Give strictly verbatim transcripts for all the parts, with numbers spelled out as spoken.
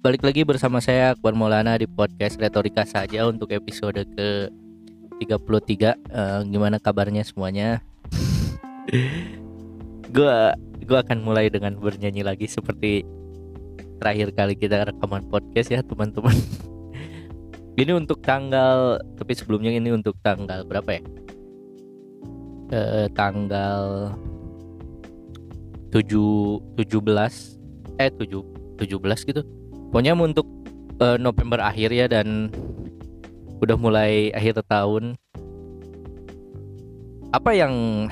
Balik lagi bersama saya Akbar Maulana di podcast Retorika Saja untuk episode ke tiga puluh tiga. Eh, Gimana kabarnya semuanya? Gua gua akan mulai dengan bernyanyi lagi seperti terakhir kali kita rekaman podcast ya teman-teman. Ini untuk tanggal, tapi sebelumnya ini untuk tanggal berapa ya? Eh, tanggal tujuh tujuh belas eh tujuh tujuh belas gitu. Pokoknya untuk uh, November akhir ya, dan udah mulai akhir tahun. Apa yang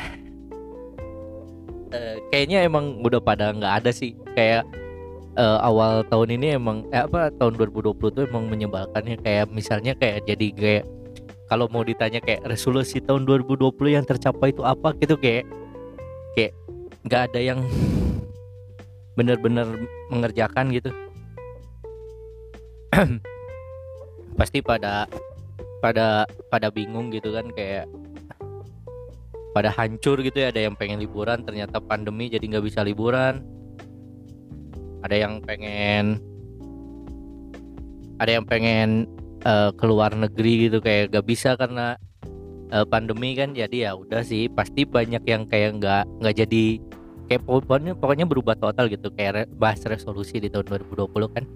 uh, kayaknya emang udah pada nggak ada sih. Kayak uh, awal tahun ini emang eh, apa tahun dua ribu dua puluh tuh emang menyebalkan ya. Kayak misalnya kayak jadi kayak kalau mau ditanya kayak resolusi tahun dua ribu dua puluh yang tercapai itu apa gitu, kayak kayak nggak ada yang benar-benar mengerjakan gitu. Pasti pada pada pada bingung gitu kan, kayak pada hancur gitu ya. Ada yang pengen liburan, ternyata pandemi jadi nggak bisa liburan. Ada yang pengen ada yang pengen uh, keluar negeri gitu, kayak nggak bisa karena uh, pandemi kan. Jadi ya udah sih, pasti banyak yang kayak nggak nggak jadi, kayak pokoknya pokoknya berubah total gitu. Kayak re- bahas resolusi di tahun dua ribu dua puluh kan.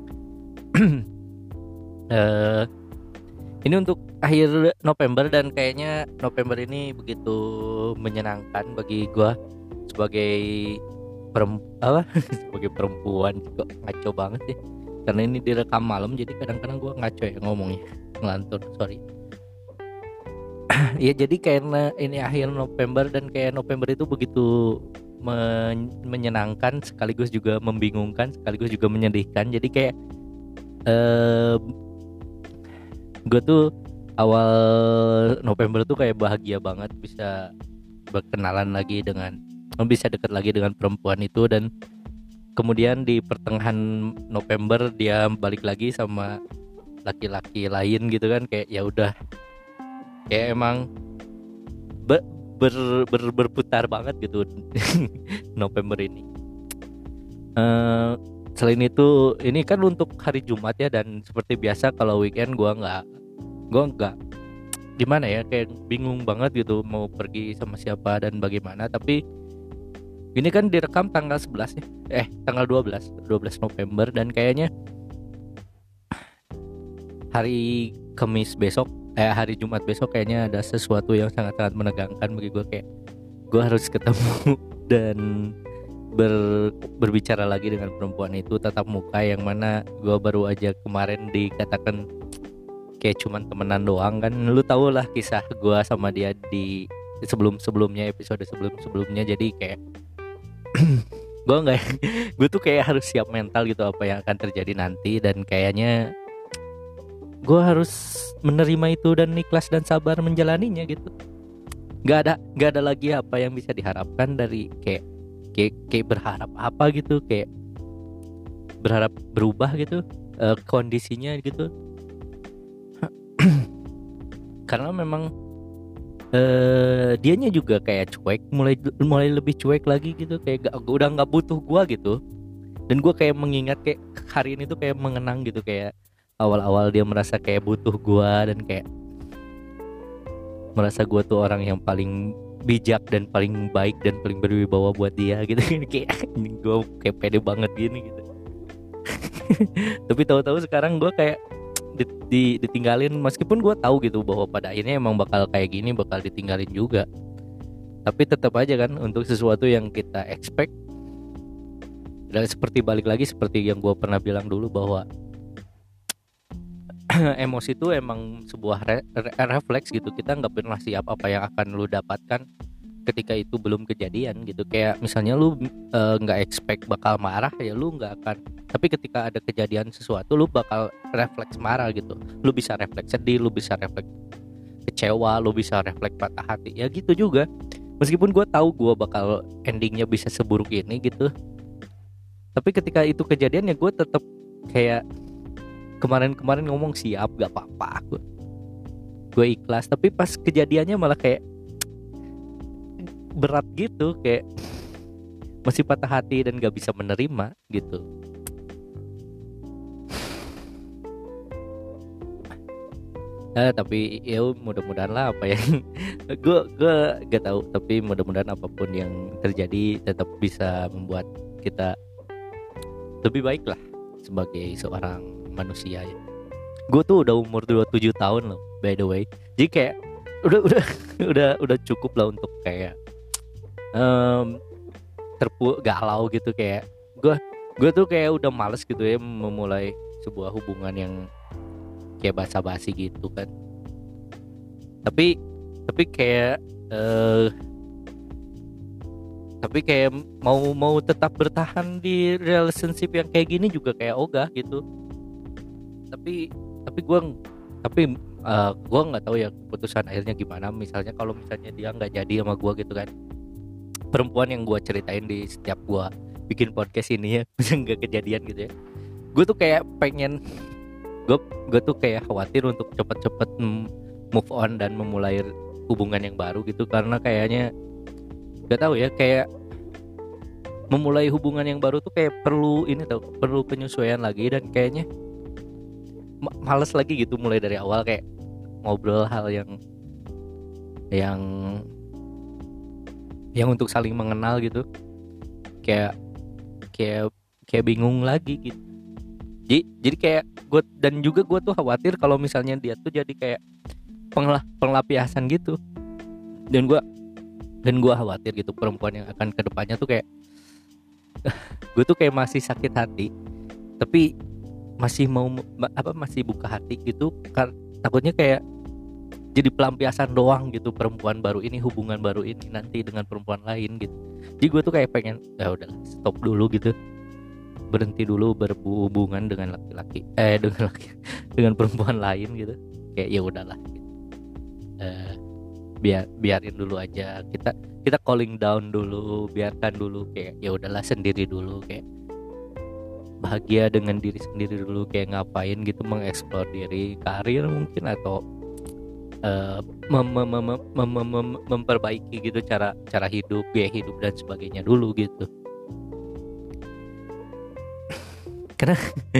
uh, Ini untuk akhir November, dan kayaknya November ini begitu menyenangkan bagi gua sebagai perempuan apa sebagai perempuan. Kok ngaco banget sih, karena ini direkam malam jadi kadang-kadang gua ngaco ya ngomongnya, ngelantur, sorry. Ya jadi karena ini akhir November, dan kayak November itu begitu men- menyenangkan sekaligus juga membingungkan sekaligus juga menyedihkan. Jadi kayak eh gue tuh awal November tuh kayak bahagia banget bisa berkenalan lagi dengan, bisa dekat lagi dengan perempuan itu. Dan kemudian di pertengahan November dia balik lagi sama laki-laki lain gitu kan. Kayak ya udah, kayak emang ber, ber, ber, berputar banget gitu November ini. Eh Selain itu, ini kan untuk hari Jumat ya, dan seperti biasa kalau weekend gua nggak gua nggak gimana ya, kayak bingung banget gitu mau pergi sama siapa dan bagaimana. Tapi ini kan direkam tanggal sebelas ya, eh tanggal dua belas November, dan kayaknya hari Kamis besok, eh hari Jumat besok kayaknya ada sesuatu yang sangat-sangat menegangkan bagi gue. Kayak gue harus ketemu dan ber, berbicara lagi dengan perempuan itu tatap muka, yang mana gue baru aja kemarin dikatakan kayak cuman temenan doang kan. Lu tau lah kisah gue sama dia di sebelum-sebelumnya, episode sebelum-sebelumnya. Jadi kayak gue nggak gue tuh kayak harus siap mental gitu apa yang akan terjadi nanti, dan kayaknya gue harus menerima itu dan ikhlas dan sabar menjalaninya gitu. Nggak ada nggak ada lagi apa yang bisa diharapkan dari kayak kayak kayak berharap apa gitu, kayak berharap berubah gitu uh, kondisinya gitu. Karena memang uh, dianya juga kayak cuek, mulai mulai lebih cuek lagi gitu, kayak gak, udah nggak butuh gua gitu. Dan gua kayak mengingat kayak hari ini tuh kayak mengenang gitu, kayak awal-awal dia merasa kayak butuh gua, dan kayak merasa gua tuh orang yang paling bijak dan paling baik dan paling berwibawa buat dia gitu. Kayak gue kayak pede banget gini gitu. Tapi tahu-tahu sekarang gue kayak di, di, ditinggalin, meskipun gue tahu gitu bahwa pada akhirnya emang bakal kayak gini, bakal ditinggalin juga. Tapi tetap aja kan, untuk sesuatu yang kita expect, dan seperti balik lagi seperti yang gue pernah bilang dulu bahwa emosi itu emang sebuah re- re- refleks gitu. Kita nggak pernah siap apa yang akan lu dapatkan ketika itu belum kejadian gitu. Kayak misalnya lu nggak uh, expect bakal marah, ya lu nggak akan. Tapi ketika ada kejadian sesuatu, lu bakal refleks marah gitu. Lu bisa refleks sedih, lu bisa refleks kecewa, lu bisa refleks patah hati. Ya gitu juga. Meskipun gue tahu gue bakal endingnya bisa seburuk ini gitu, tapi ketika itu kejadian ya gue tetap kayak kemarin-kemarin ngomong siap, gak apa-apa, gue gue ikhlas. Tapi pas kejadiannya malah kayak berat gitu, kayak masih patah hati dan gak bisa menerima gitu. Nah, tapi ya mudah-mudahan lah apa yang gue gue gak tahu, tapi mudah-mudahan apapun yang terjadi tetap bisa membuat kita lebih baik lah sebagai seorang manusia ya. Gue tuh udah umur dua puluh tujuh tahun loh by the way. Jadi kayak udah udah udah udah cukup lah untuk kayak um, terpu galau gitu. Kayak gue gue tuh kayak udah males gitu ya memulai sebuah hubungan yang kayak basa-basi gitu kan. Tapi tapi kayak eh, tapi kayak mau mau tetap bertahan di relationship yang kayak gini juga kayak ogah gitu. Tapi tapi gue tapi uh, gue nggak tahu ya keputusan akhirnya gimana. Misalnya kalau misalnya dia nggak jadi sama gue gitu kan, perempuan yang gue ceritain di setiap gue bikin podcast ini ya nggak kejadian gitu ya, gue tuh kayak pengen gue gue tuh kayak khawatir untuk cepet-cepet move on dan memulai hubungan yang baru gitu, karena kayaknya gak tahu ya, kayak memulai hubungan yang baru tuh kayak perlu ini tau, perlu penyesuaian lagi, dan kayaknya ma- males lagi gitu mulai dari awal kayak ngobrol hal yang yang yang untuk saling mengenal gitu, kayak kayak kayak bingung lagi gitu. Jadi, jadi kayak gue, dan juga gue tuh khawatir kalau misalnya dia tuh jadi kayak penglah, penglapiasan gitu, dan gue dan gue khawatir gitu perempuan yang akan kedepannya tuh kayak gue tuh kayak masih sakit hati, tapi masih mau apa masih buka hati gitu, kan takutnya kayak jadi pelampiasan doang gitu perempuan baru ini, hubungan baru ini nanti dengan perempuan lain gitu. Jadi gue tuh kayak pengen ya udah stop dulu gitu, berhenti dulu berhubungan dengan laki-laki eh dengan laki dengan perempuan lain gitu, kayak ya udahlah gitu. Eh, biar biarin dulu aja, kita kita calling down dulu, biarkan dulu, kayak ya udahlah sendiri dulu, kayak bahagia dengan diri sendiri dulu, kayak ngapain gitu mengeksplor diri, karir mungkin, atau uh, mem- mem- mem- mem- mem- mem- memperbaiki gitu cara cara hidup, gaya hidup dan sebagainya dulu gitu. Karena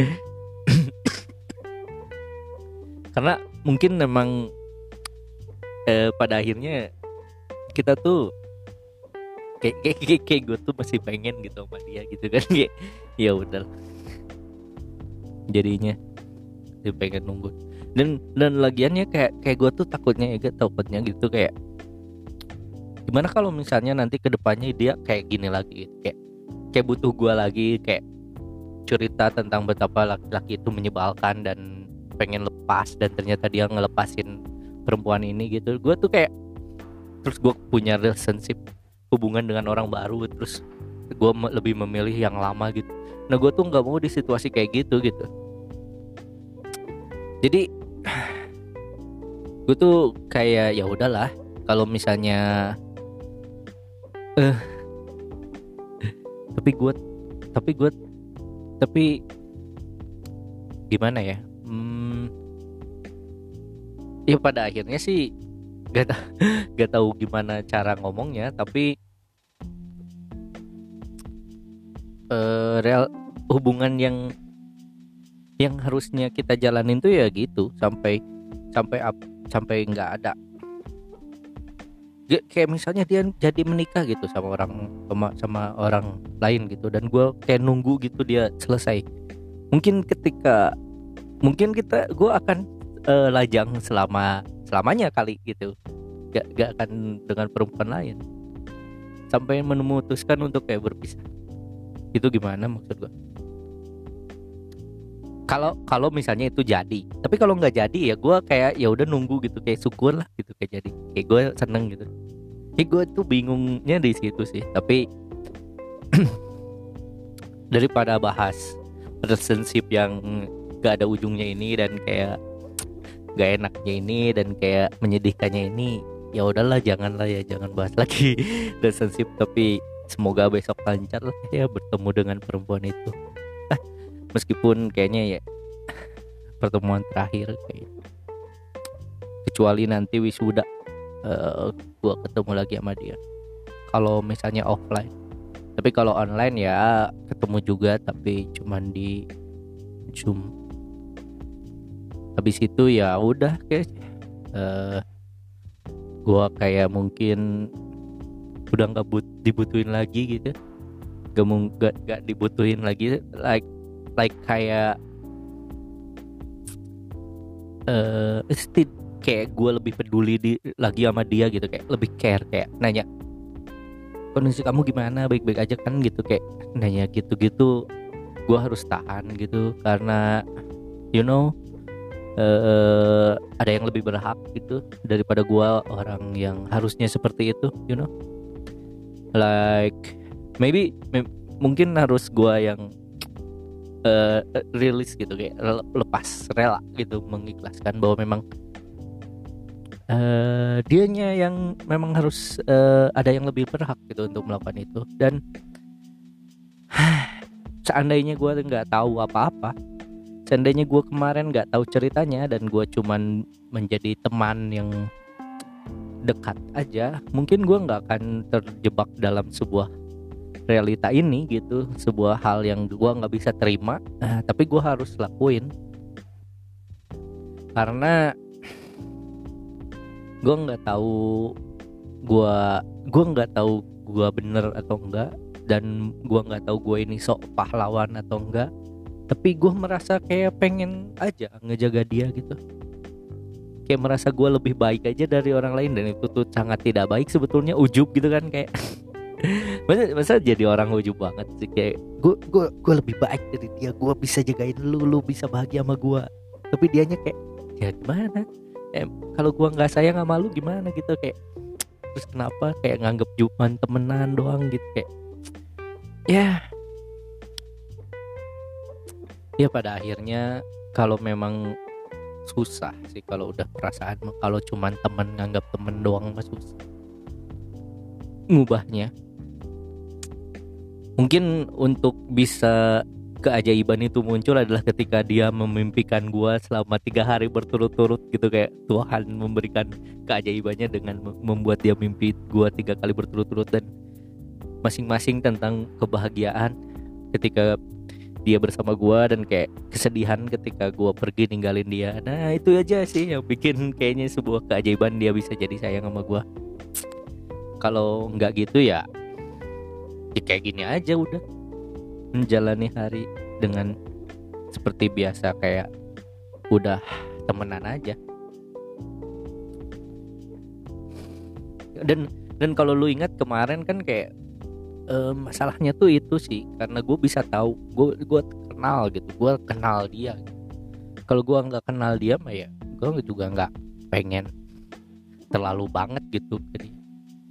karena mungkin memang eh, pada akhirnya kita tuh kayak kayak kayak, kayak gue tuh masih pengen gitu sama dia gitu kan, kayak ya udah jadinya dia pengen nunggu, dan dan lagiannya kayak kayak gue tuh takutnya ya takutnya gitu, kayak gimana kalau misalnya nanti kedepannya dia kayak gini lagi gitu, kayak kayak butuh gue lagi, kayak cerita tentang betapa laki-laki itu menyebalkan dan pengen lepas, dan ternyata dia ngelepasin perempuan ini gitu. Gue tuh kayak terus gue punya relationship, hubungan dengan orang baru, terus gue me- lebih memilih yang lama gitu. Nah gue tuh nggak mau di situasi kayak gitu gitu. Jadi gue tuh kayak ya udahlah, kalau misalnya eh tapi gue tapi gue tapi gimana ya, hmm, ya pada akhirnya sih gak, ta- gak tahu gimana cara ngomongnya, tapi eh, real hubungan yang yang harusnya kita jalanin tuh ya gitu sampai sampai up, sampai nggak ada. Dia, kayak misalnya dia jadi menikah gitu sama orang sama, sama orang lain gitu, dan gue kayak nunggu gitu dia selesai. Mungkin ketika mungkin kita gue akan eh, lajang selama selamanya kali gitu, gak gak akan dengan perempuan lain sampai memutuskan untuk kayak berpisah. Itu gimana maksud gue? Kalau kalau misalnya itu jadi, tapi kalau nggak jadi ya gue kayak ya udah nunggu gitu, kayak syukur lah gitu, kayak jadi kayak gue seneng gitu. Kayak gue tuh bingungnya di situ sih. Tapi daripada bahas relationship yang gak ada ujungnya ini, dan kayak gak enaknya ini, dan kayak menyedihkannya ini, ya udahlah janganlah ya, jangan bahas lagi relationship. Tapi semoga besok lancar lah ya bertemu dengan perempuan itu. Meskipun kayaknya ya pertemuan terakhir kayak, kecuali nanti wisuda uh, gua ketemu lagi sama dia kalau misalnya offline. Tapi kalau online ya ketemu juga, tapi cuman di Zoom. habis itu ya udah kayak uh, gue kayak mungkin udah nggak but dibutuhin lagi gitu, gak mau gak, gak dibutuhin lagi, like like kayak uh, still kayak gue lebih peduli di, lagi sama dia gitu, kayak lebih care, kayak nanya kondisi kamu gimana, baik-baik aja kan gitu, kayak nanya gitu-gitu. Gue harus tahan gitu karena you know uh, ada yang lebih berhak gitu daripada gue, orang yang harusnya seperti itu, you know, like maybe m- mungkin harus gue yang uh, rilis gitu, kayak lepas, rela gitu, mengikhlaskan bahwa memang uh, dianya yang memang harus uh, ada yang lebih berhak gitu untuk melakukan itu. Dan seandainya gue nggak tahu apa-apa, seandainya gue kemarin nggak tahu ceritanya dan gue cuman menjadi teman yang dekat aja, mungkin gue nggak akan terjebak dalam sebuah realita ini gitu, sebuah hal yang gue nggak bisa terima, nah, tapi gue harus lakuin karena gue nggak tahu gue gue nggak tahu gue bener atau enggak, dan gue nggak tahu gue ini sok pahlawan atau enggak, tapi gue merasa kayak pengen aja ngejaga dia gitu, kayak merasa gue lebih baik aja dari orang lain, dan itu tuh sangat tidak baik sebetulnya, ujub gitu kan, kayak masa, masa jadi orang ujub banget sih, kayak gue gue gue lebih baik dari dia, gue bisa jagain lu, lu bisa bahagia sama gue, tapi dianya kayak ya gimana, eh, kalau gue nggak sayang sama lu gimana gitu, kayak terus kenapa kayak nganggep cuman temenan doang gitu, kayak ya ya pada akhirnya kalau memang susah sih kalau udah perasaan, kalau cuman temen nganggap temen doang mah susah ngubahnya. Mungkin untuk bisa keajaiban itu muncul adalah ketika dia memimpikan gua selama tiga hari berturut-turut gitu, kayak Tuhan memberikan keajaibannya dengan membuat dia mimpi gua tiga kali berturut-turut, dan masing-masing tentang kebahagiaan ketika dia bersama gua dan kayak kesedihan ketika gua pergi ninggalin dia. Nah itu aja sih yang bikin kayaknya sebuah keajaiban dia bisa jadi sayang sama gua. Kalau nggak gitu ya ya kayak gini aja, udah menjalani hari dengan seperti biasa, kayak udah temenan aja. Dan dan kalau lu ingat kemarin kan kayak eh, masalahnya tuh itu sih karena gue bisa tahu, gue gue kenal gitu, gue kenal dia gitu. Kalau gue nggak kenal dia mah ya gue juga nggak pengen terlalu banget gitu ke dia.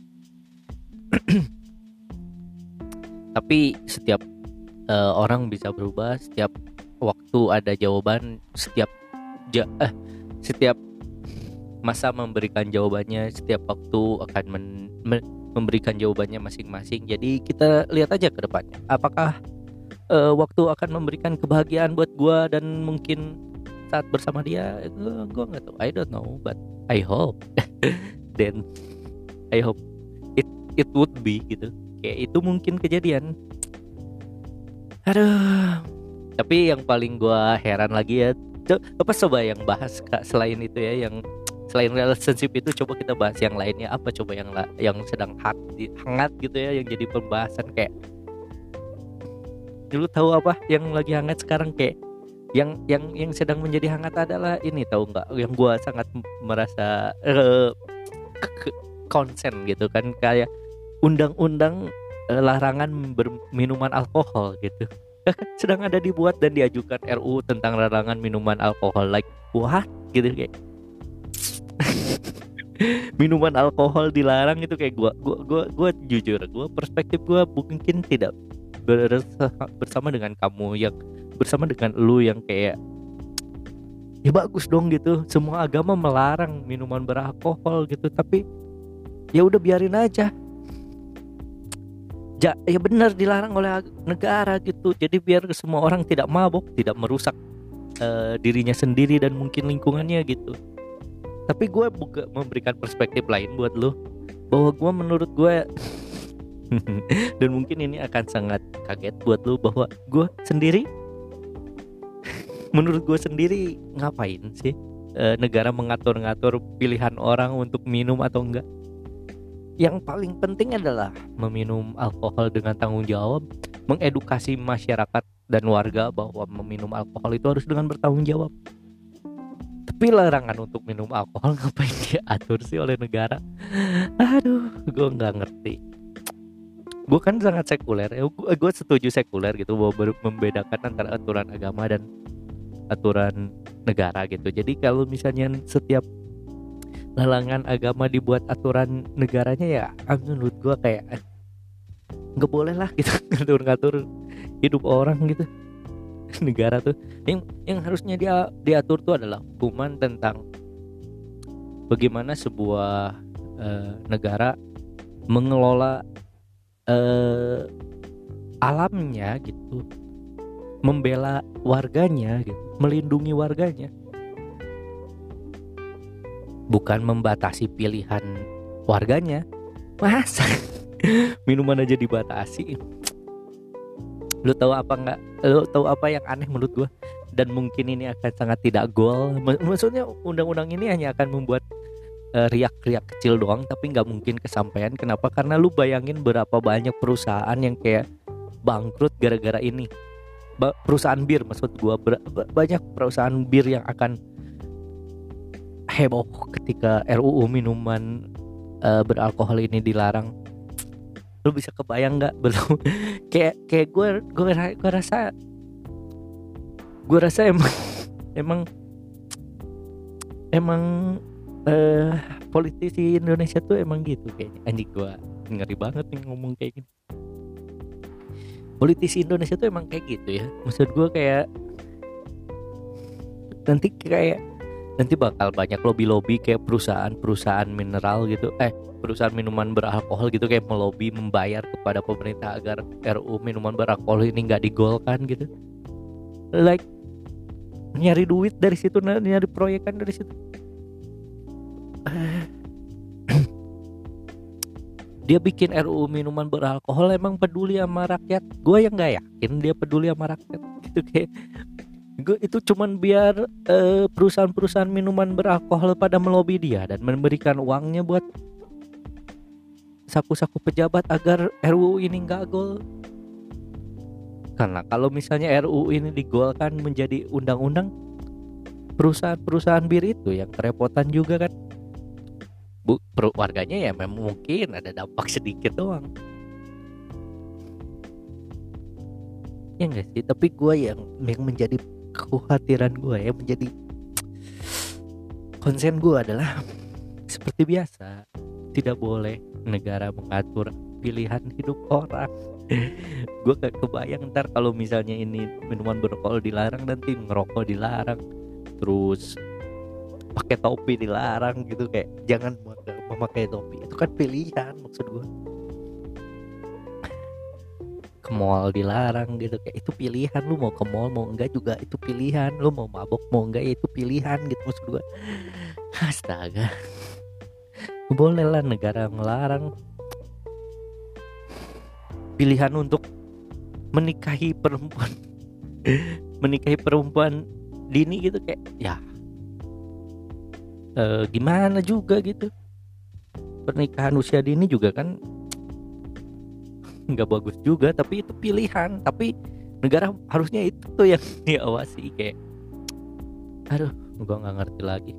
Tapi setiap uh, orang bisa berubah, setiap waktu ada jawaban, setiap ja, eh, setiap masa memberikan jawabannya, setiap waktu akan men, men, memberikan jawabannya masing-masing. Jadi kita lihat aja ke depannya, apakah uh, waktu akan memberikan kebahagiaan buat gua dan mungkin saat bersama dia, gua, gua nggak tahu, I don't know, but I hope then I hope it it would be gitu. Kayak itu mungkin kejadian. Aduh. Tapi yang paling gua heran lagi ya, co- apa coba yang bahas Kak, selain itu ya, yang selain relationship itu coba kita bahas yang lainnya, apa coba yang la- yang sedang hot, di- hangat gitu ya, yang jadi pembahasan kayak dulu tahu apa yang lagi hangat sekarang, kayak yang yang yang sedang menjadi hangat adalah ini, tahu nggak, yang gua sangat m- merasa uh, konsen gitu kan, kayak undang-undang eh, larangan berminuman alkohol gitu. Sedang ada dibuat dan diajukan R U tentang larangan minuman alkohol, like what gitu, kayak minuman alkohol dilarang itu, kayak gua gua gua gua jujur, gua perspektif gua mungkin tidak bersa- bersama dengan kamu, yang bersama dengan lu yang kayak ya bagus dong gitu, semua agama melarang minuman beralkohol gitu, tapi ya udah biarin aja. Ja, ya benar dilarang oleh ag- negara gitu. Jadi biar semua orang tidak mabuk, tidak merusak uh, dirinya sendiri dan mungkin lingkungannya gitu. Tapi gue juga memberikan perspektif lain buat lo, bahwa gue menurut gue dan mungkin ini akan sangat kaget buat lo, bahwa gue sendiri menurut gue sendiri ngapain sih eh, negara mengatur-ngatur pilihan orang untuk minum atau enggak? Yang paling penting adalah meminum alkohol dengan tanggung jawab, mengedukasi masyarakat dan warga bahwa meminum alkohol itu harus dengan bertanggung jawab. Tapi larangan untuk minum alkohol ngapain diatur sih oleh negara? Aduh, gue nggak ngerti. Gue kan sangat sekuler, ya gue setuju sekuler gitu bahwa ber- membedakan antara aturan agama dan aturan negara gitu. Jadi kalau misalnya setiap larangan agama dibuat aturan negaranya, ya menurut gue kayak eh, nggak boleh lah gitu ngatur-ngatur hidup orang gitu. Negara tuh yang yang harusnya dia diatur tuh adalah hukuman tentang bagaimana sebuah eh, negara mengelola eh, alamnya gitu, membela warganya gitu, melindungi warganya, bukan membatasi pilihan warganya. Masa minuman aja dibatasi? Lu tahu apa nggak? Lu tahu apa yang aneh menurut gua? Dan mungkin ini akan sangat tidak goal. Maksudnya undang-undang ini hanya akan membuat uh, riak-riak kecil doang, tapi nggak mungkin kesampaian. Kenapa? Karena lu bayangin berapa banyak perusahaan yang kayak bangkrut gara-gara ini. Ba- perusahaan bir maksud gua, ber- banyak perusahaan bir yang akan heboh ketika R U U minuman uh, beralkohol ini dilarang. Lu bisa kebayang nggak? Belum kayak kayak gue gue gue rasa gue rasa emang emang emang eh, politisi Indonesia tuh emang gitu kayaknya. Anjing, gue ngeri banget nih ngomong kayak gini. Politisi Indonesia tuh emang kayak gitu ya. Maksud gue kayak nanti kayak nanti bakal banyak lobby-lobby kayak perusahaan-perusahaan mineral gitu, eh perusahaan minuman beralkohol gitu kayak melobi membayar kepada pemerintah agar R U U minuman beralkohol ini nggak digolkan gitu, like nyari duit dari situ, nyari proyekan dari situ. Dia bikin R U U minuman beralkohol emang peduli sama rakyat? Gue yang nggak yakin dia peduli sama rakyat gitu. Kayak gue itu cuman biar uh, perusahaan-perusahaan minuman beralkohol pada melobi dia dan memberikan uangnya buat saku-saku pejabat agar R U U ini nggak gol. Karena kalau misalnya R U U ini digolkan menjadi undang-undang, perusahaan-perusahaan bir itu yang kerepotan juga kan. Bu, warganya ya memang mungkin ada dampak sedikit doang. Ya enggak sih, tapi gue yang yang menjadi kekhawatiran gue, ya menjadi konsen gue adalah seperti biasa, tidak boleh negara mengatur pilihan hidup orang. Gue gak kebayang ntar kalau misalnya ini minuman beralkohol dilarang, nanti ngerokok dilarang, terus pakai topi dilarang gitu. Kayak jangan memakai topi, itu kan pilihan maksud gue. Ke mall dilarang gitu, kayak itu pilihan. Lu mau ke mall mau enggak juga itu pilihan. Lu mau mabok mau enggak ya itu pilihan gitu maksud gue. Astaga, boleh lah negara ngelarang pilihan untuk menikahi perempuan menikahi perempuan dini gitu, kayak ya e, gimana juga gitu. Pernikahan usia dini juga kan nggak bagus juga, tapi itu pilihan. Tapi negara harusnya itu tuh yang diawasi. Kayak aduh, gue nggak ngerti lagi.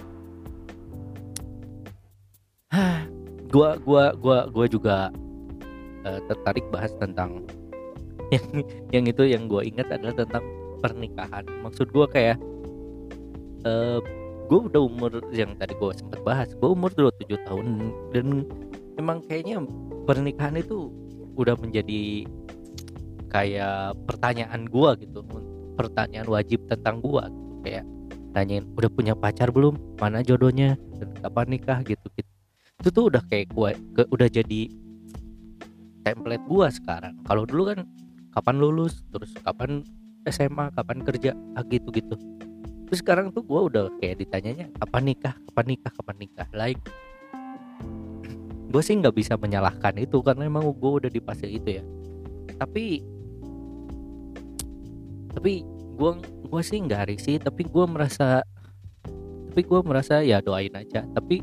Gua gua gua gua juga uh, tertarik bahas tentang yang yang itu yang gue ingat adalah tentang pernikahan. Maksud gue kayak uh, gue udah umur yang tadi gue sempat bahas, gue umur dua puluh tujuh tahun, dan emang kayaknya pernikahan itu udah menjadi kayak pertanyaan gue gitu, pertanyaan wajib tentang gue gitu. Kayak nanyain udah punya pacar belum, mana jodohnya, dan kapan nikah gitu gitu. Itu tuh udah kayak gue ke, udah jadi template gue sekarang. Kalau dulu kan kapan lulus, terus kapan S M A, kapan kerja, ah gitu gitu. Terus sekarang tuh gue udah kayak ditanyanya kapan nikah, kapan nikah, kapan nikah. Like gue sih nggak bisa menyalahkan itu karena emang gue udah di fase itu ya. Tapi tapi gue gue sih nggak risih, tapi gue merasa tapi gue merasa ya doain aja, tapi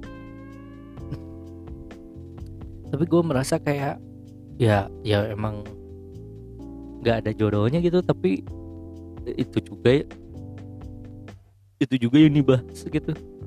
tapi gue merasa kayak ya ya emang nggak ada jodohnya gitu, tapi itu juga itu juga yang dibahas gitu.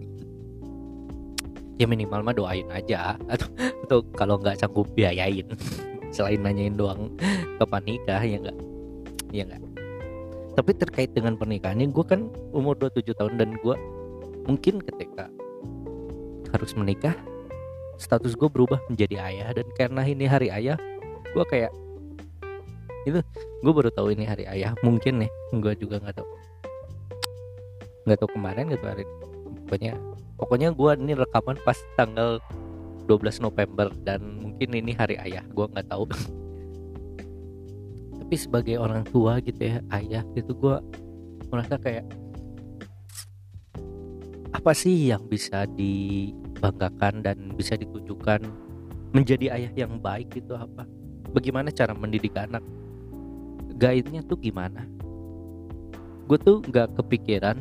Ya minimal mah doain aja, atau atau kalau nggak sanggup biayain selain nanyain doang kapan nikah, ya nggak ya nggak. Tapi terkait dengan pernikahannya, gue kan umur dua puluh tujuh tahun, dan gue mungkin ketika harus menikah status gue berubah menjadi ayah. Dan karena ini hari ayah, gue kayak itu, gue baru tahu ini hari ayah, mungkin nih, gue juga nggak tahu nggak tahu kemarin gitu hari, pokoknya pokoknya gue ini rekaman pas tanggal dua belas November, dan mungkin ini hari ayah, gue nggak tahu. Tapi sebagai orang tua gitu ya, ayah gitu, gue merasa kayak apa sih yang bisa dibanggakan dan bisa ditunjukkan menjadi ayah yang baik gitu, apa, bagaimana cara mendidik anak, guide-nya tuh gimana. Gue tuh nggak kepikiran,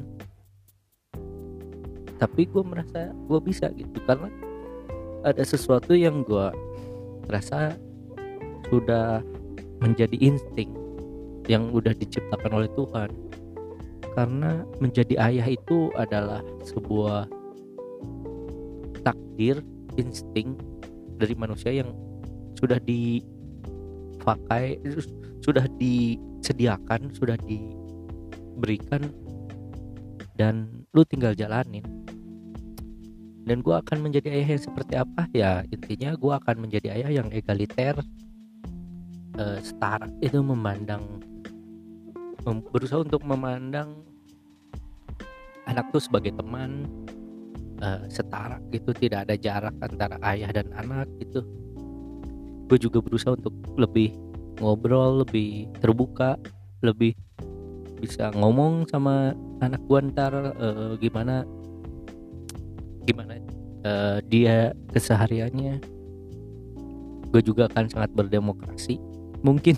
tapi gue merasa gue bisa gitu, karena ada sesuatu yang gue rasa sudah menjadi insting yang udah diciptakan oleh Tuhan. Karena menjadi ayah itu adalah sebuah takdir, insting dari manusia yang sudah dipakai, sudah disediakan, sudah diberikan, dan lu tinggal jalanin. Dan gue akan menjadi ayah yang seperti apa? Ya intinya gue akan menjadi ayah yang egaliter, uh, setara, itu memandang mem- berusaha untuk memandang anak tuh sebagai teman, uh, setara gitu, tidak ada jarak antara ayah dan anak gitu. Gue juga berusaha untuk lebih ngobrol, lebih terbuka, lebih bisa ngomong sama anak gue ntar, uh, gimana gimana uh, dia kesehariannya. Gue juga akan sangat berdemokrasi, mungkin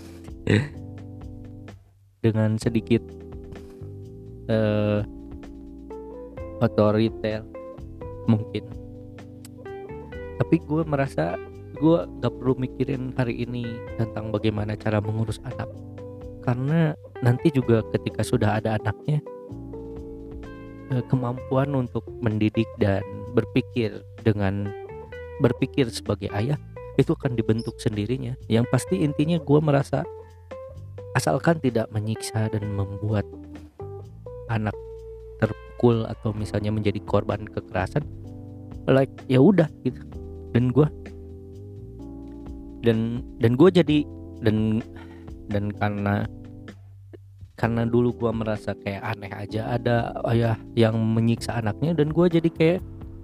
dengan sedikit uh, otoriter mungkin. Tapi gue merasa gue gak perlu mikirin hari ini tentang bagaimana cara mengurus anak, karena nanti juga ketika sudah ada anaknya, kemampuan untuk mendidik dan berpikir dengan berpikir sebagai ayah itu akan dibentuk sendirinya. Yang pasti intinya gue merasa asalkan tidak menyiksa dan membuat anak terpukul atau misalnya menjadi korban kekerasan, like ya udah gitu. Dan gue dan dan gue jadi dan dan karena karena dulu gue merasa kayak aneh aja ada ayah yang menyiksa anaknya, dan gue jadi kayak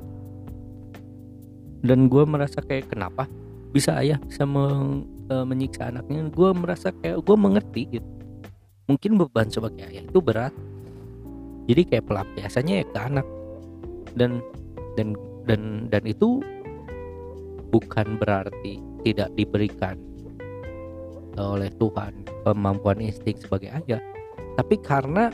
dan gue merasa kayak kenapa bisa ayah bisa meng, e, menyiksa anaknya. Gue merasa kayak gue mengerti gitu, mungkin beban sebagai ayah itu berat, jadi kayak pelampiasannya ya ke anak. Dan dan dan dan itu bukan berarti tidak diberikan oleh Tuhan kemampuan insting sebagai ayah, tapi karena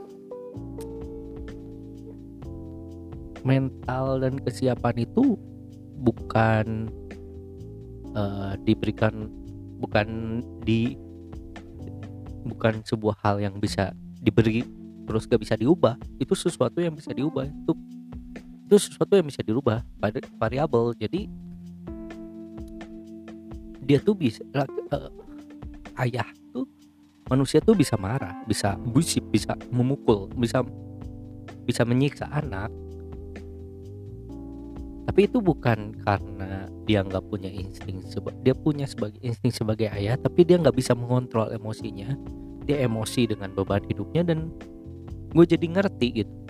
mental dan kesiapan itu bukan uh, diberikan, bukan di bukan sebuah hal yang bisa diberi terus gak bisa diubah. Itu sesuatu yang bisa diubah, itu itu sesuatu yang bisa dirubah, variabel. Jadi dia tuh bisa uh, ayah tuh, manusia tuh bisa marah, bisa busik, bisa memukul, bisa bisa menyiksa anak. Tapi itu bukan karena dia nggak punya insting, dia punya sebagai insting sebagai ayah, tapi dia nggak bisa mengontrol emosinya. Dia emosi dengan beban hidupnya, dan gue jadi ngerti gitu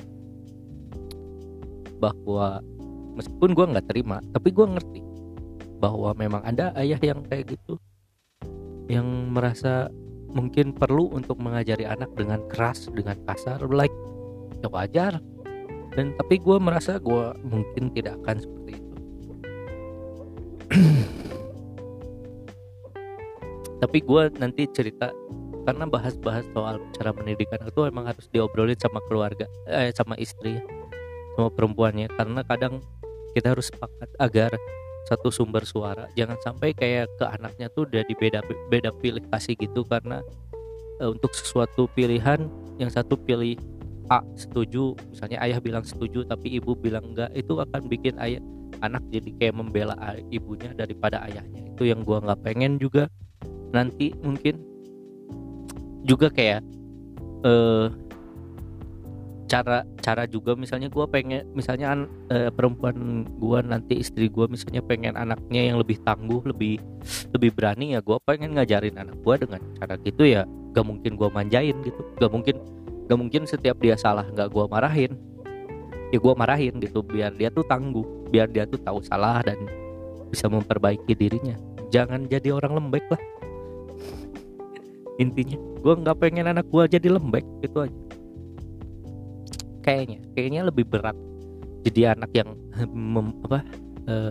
bahwa meskipun gue nggak terima, tapi gue ngerti bahwa memang ada ayah yang kayak gitu, yang merasa mungkin perlu untuk mengajari anak dengan keras, dengan kasar, like ya wajar. Dan tapi gue merasa gue mungkin tidak akan seperti itu. Tapi gue nanti cerita karena bahas-bahas soal cara pendidikan itu emang harus diobrolin sama keluarga, eh sama istri ya, sama perempuannya, karena kadang kita harus sepakat agar satu sumber suara jangan sampai kayak ke anaknya tuh udah dibeda beda pilih kasih gitu, karena eh, untuk sesuatu pilihan yang satu pilih A setuju, misalnya ayah bilang setuju tapi ibu bilang enggak, itu akan bikin ayah anak jadi kayak membela ibunya daripada ayahnya. Itu yang gua nggak pengen juga. Nanti mungkin juga kayak eh, cara cara juga misalnya gua pengen misalnya an- eh, perempuan gua nanti istri gua misalnya pengen anaknya yang lebih tangguh, lebih lebih berani, ya gua pengen ngajarin anak gua dengan cara gitu ya. Gak mungkin gua manjain gitu, gak mungkin gak mungkin setiap dia salah nggak gua marahin, ya gua marahin gitu biar dia tuh tangguh, biar dia tuh tahu salah dan bisa memperbaiki dirinya. Jangan jadi orang lembek lah intinya. Gua nggak pengen anak gua jadi lembek, itu aja. Kayaknya kayaknya lebih berat jadi anak yang mem, apa eh,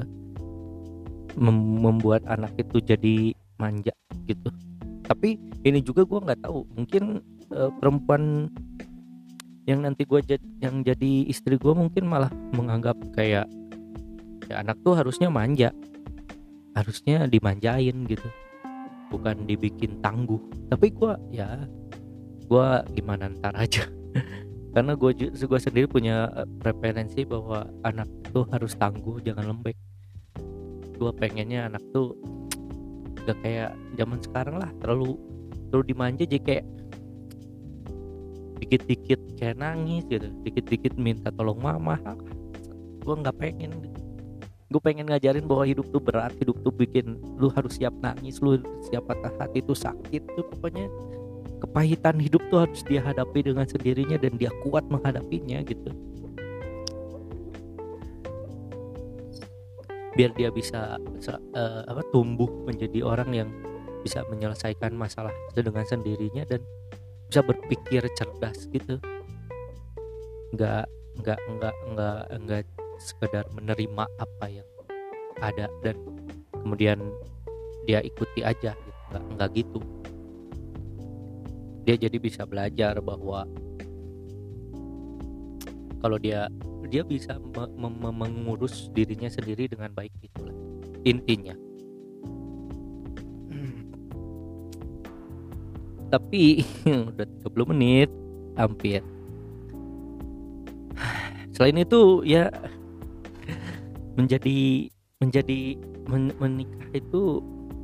mem- membuat anak itu jadi manja gitu. Tapi ini juga gua nggak tahu, mungkin eh, perempuan yang nanti gua jad, yang jadi istri gua mungkin malah menganggap kayak ya anak tuh harusnya manja, harusnya dimanjain gitu, bukan dibikin tangguh. Tapi gue ya gue gimana ntar aja karena gue gue sendiri punya preferensi bahwa anak tuh harus tangguh, jangan lembek. Gue pengennya anak tuh gak kayak zaman sekarang lah, terlalu terlalu dimanja, jadi kayak dikit-dikit kayak nangis gitu, dikit-dikit minta tolong mama. Gue nggak pengen. Gue pengen ngajarin bahwa hidup tuh berat, hidup tuh bikin lu harus siap nangis, lu siap patah hati, itu sakit tuh, pokoknya kepahitan hidup tuh harus dia hadapi dengan sendirinya dan dia kuat menghadapinya gitu, biar dia bisa uh, apa tumbuh menjadi orang yang bisa menyelesaikan masalah dengan sendirinya dan bisa berpikir cerdas gitu, nggak nggak nggak nggak nggak sekedar menerima apa yang ada dan kemudian dia ikuti aja gitu. Nggak, nggak gitu. Dia jadi bisa belajar bahwa kalau dia dia bisa me- me- mengurus dirinya sendiri dengan baik, itulah intinya. Hmm. Tapi udah tiga puluh menit hampir. Selain itu ya menjadi menjadi men- menikah itu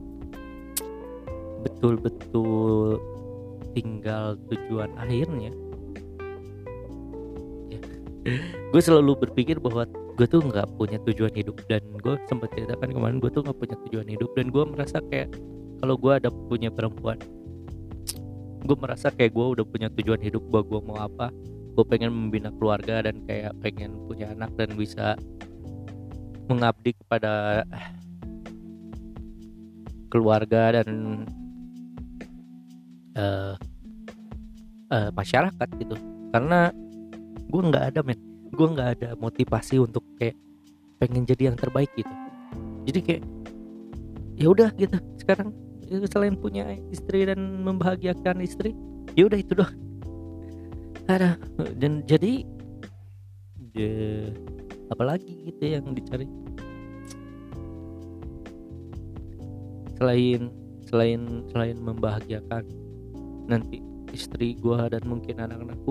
betul-betul tinggal tujuan akhirnya ya. Gue selalu berpikir bahwa gue tuh nggak punya tujuan hidup, dan gue sempat ceritakan kemarin gue tuh nggak punya tujuan hidup, dan gue merasa kayak kalau gue ada punya perempuan, gue merasa kayak gue udah punya tujuan hidup bahwa gue mau apa. Gue pengen membina keluarga dan kayak pengen punya anak dan bisa mengabdi kepada keluarga dan uh, uh, masyarakat gitu. Karena gue nggak ada men, gue nggak ada motivasi untuk kayak pengen jadi yang terbaik gitu. Jadi kayak ya udah gitu sekarang, selain punya istri dan membahagiakan istri, ya udah itu doang. Ada dan jadi ya, apalagi gitu yang dicari selain selain selain membahagiakan nanti istri gue dan mungkin anak-anakku.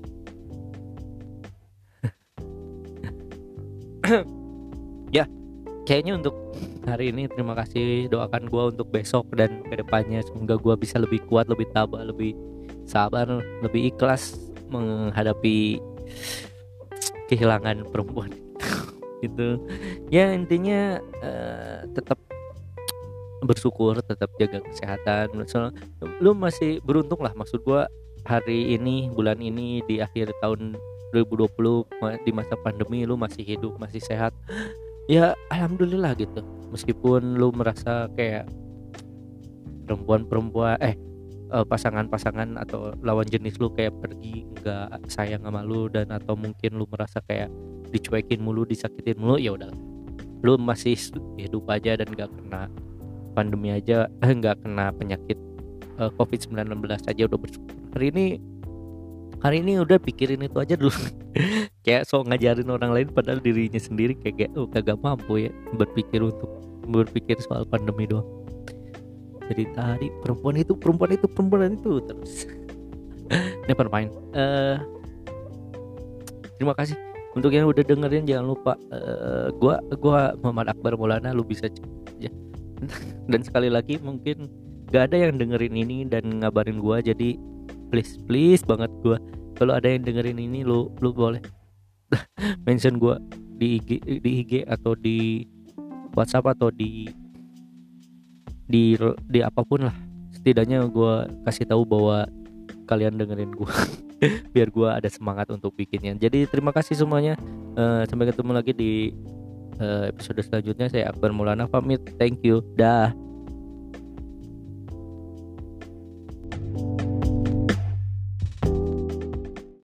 Ya kayaknya untuk hari ini terima kasih, doakan gue untuk besok dan kedepannya, semoga gue bisa lebih kuat, lebih tabah, lebih sabar, lebih ikhlas menghadapi kehilangan perempuan gitu. Ya intinya uh, tetap bersyukur, tetap jaga kesehatan. So, lu masih beruntung lah, maksud gua hari ini, bulan ini, di akhir tahun dua ribu dua puluh, di masa pandemi lu masih hidup, masih sehat. Ya alhamdulillah gitu. Meskipun lu merasa kayak perempuan-perempuan eh pasangan-pasangan atau lawan jenis lu kayak pergi nggak sayang sama lu, dan atau mungkin lu merasa kayak dicuekin mulu, disakitin mulu, ya udah lu masih hidup aja dan nggak kena pandemi aja, nggak kena penyakit uh, covid sembilan belas aja udah bersyukur. Hari ini hari ini udah pikirin itu aja dulu. Kayak sok ngajarin orang lain padahal dirinya sendiri kayak, kayak oh kagak mampu ya berpikir untuk berpikir soal pandemi doang. Jadi tadi perempuan itu perempuan itu perempuan itu terus. Never mind. Uh, terima kasih untuk yang udah dengerin. Jangan lupa uh, gua gua Muhammad Akbar Maulana, lu bisa cek aja. Dan sekali lagi mungkin gak ada yang dengerin ini dan ngabarin gua, jadi please please banget gua kalau ada yang dengerin ini, lu lu boleh mention gua di I G di I G atau di WhatsApp atau di di di apapun lah, setidaknya gua kasih tahu bahwa kalian dengerin gua biar gua ada semangat untuk bikinnya. Jadi terima kasih semuanya, uh, sampai ketemu lagi di uh, episode selanjutnya. Saya Akbar Maulana pamit, thank you, dah.